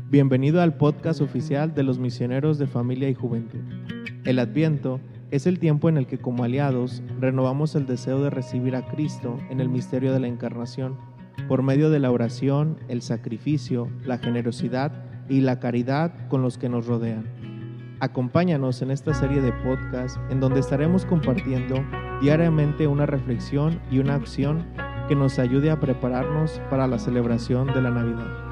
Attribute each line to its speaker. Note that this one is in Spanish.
Speaker 1: Bienvenido al podcast oficial de los misioneros de familia y juventud. El Adviento es el tiempo en el que como aliados renovamos el deseo de recibir a Cristo en el misterio de la Encarnación, por medio de la oración, el sacrificio, la generosidad y la caridad con los que nos rodean. Acompáñanos en esta serie de podcasts en donde estaremos compartiendo diariamente una reflexión y una acción que nos ayude a prepararnos para la celebración de la Navidad.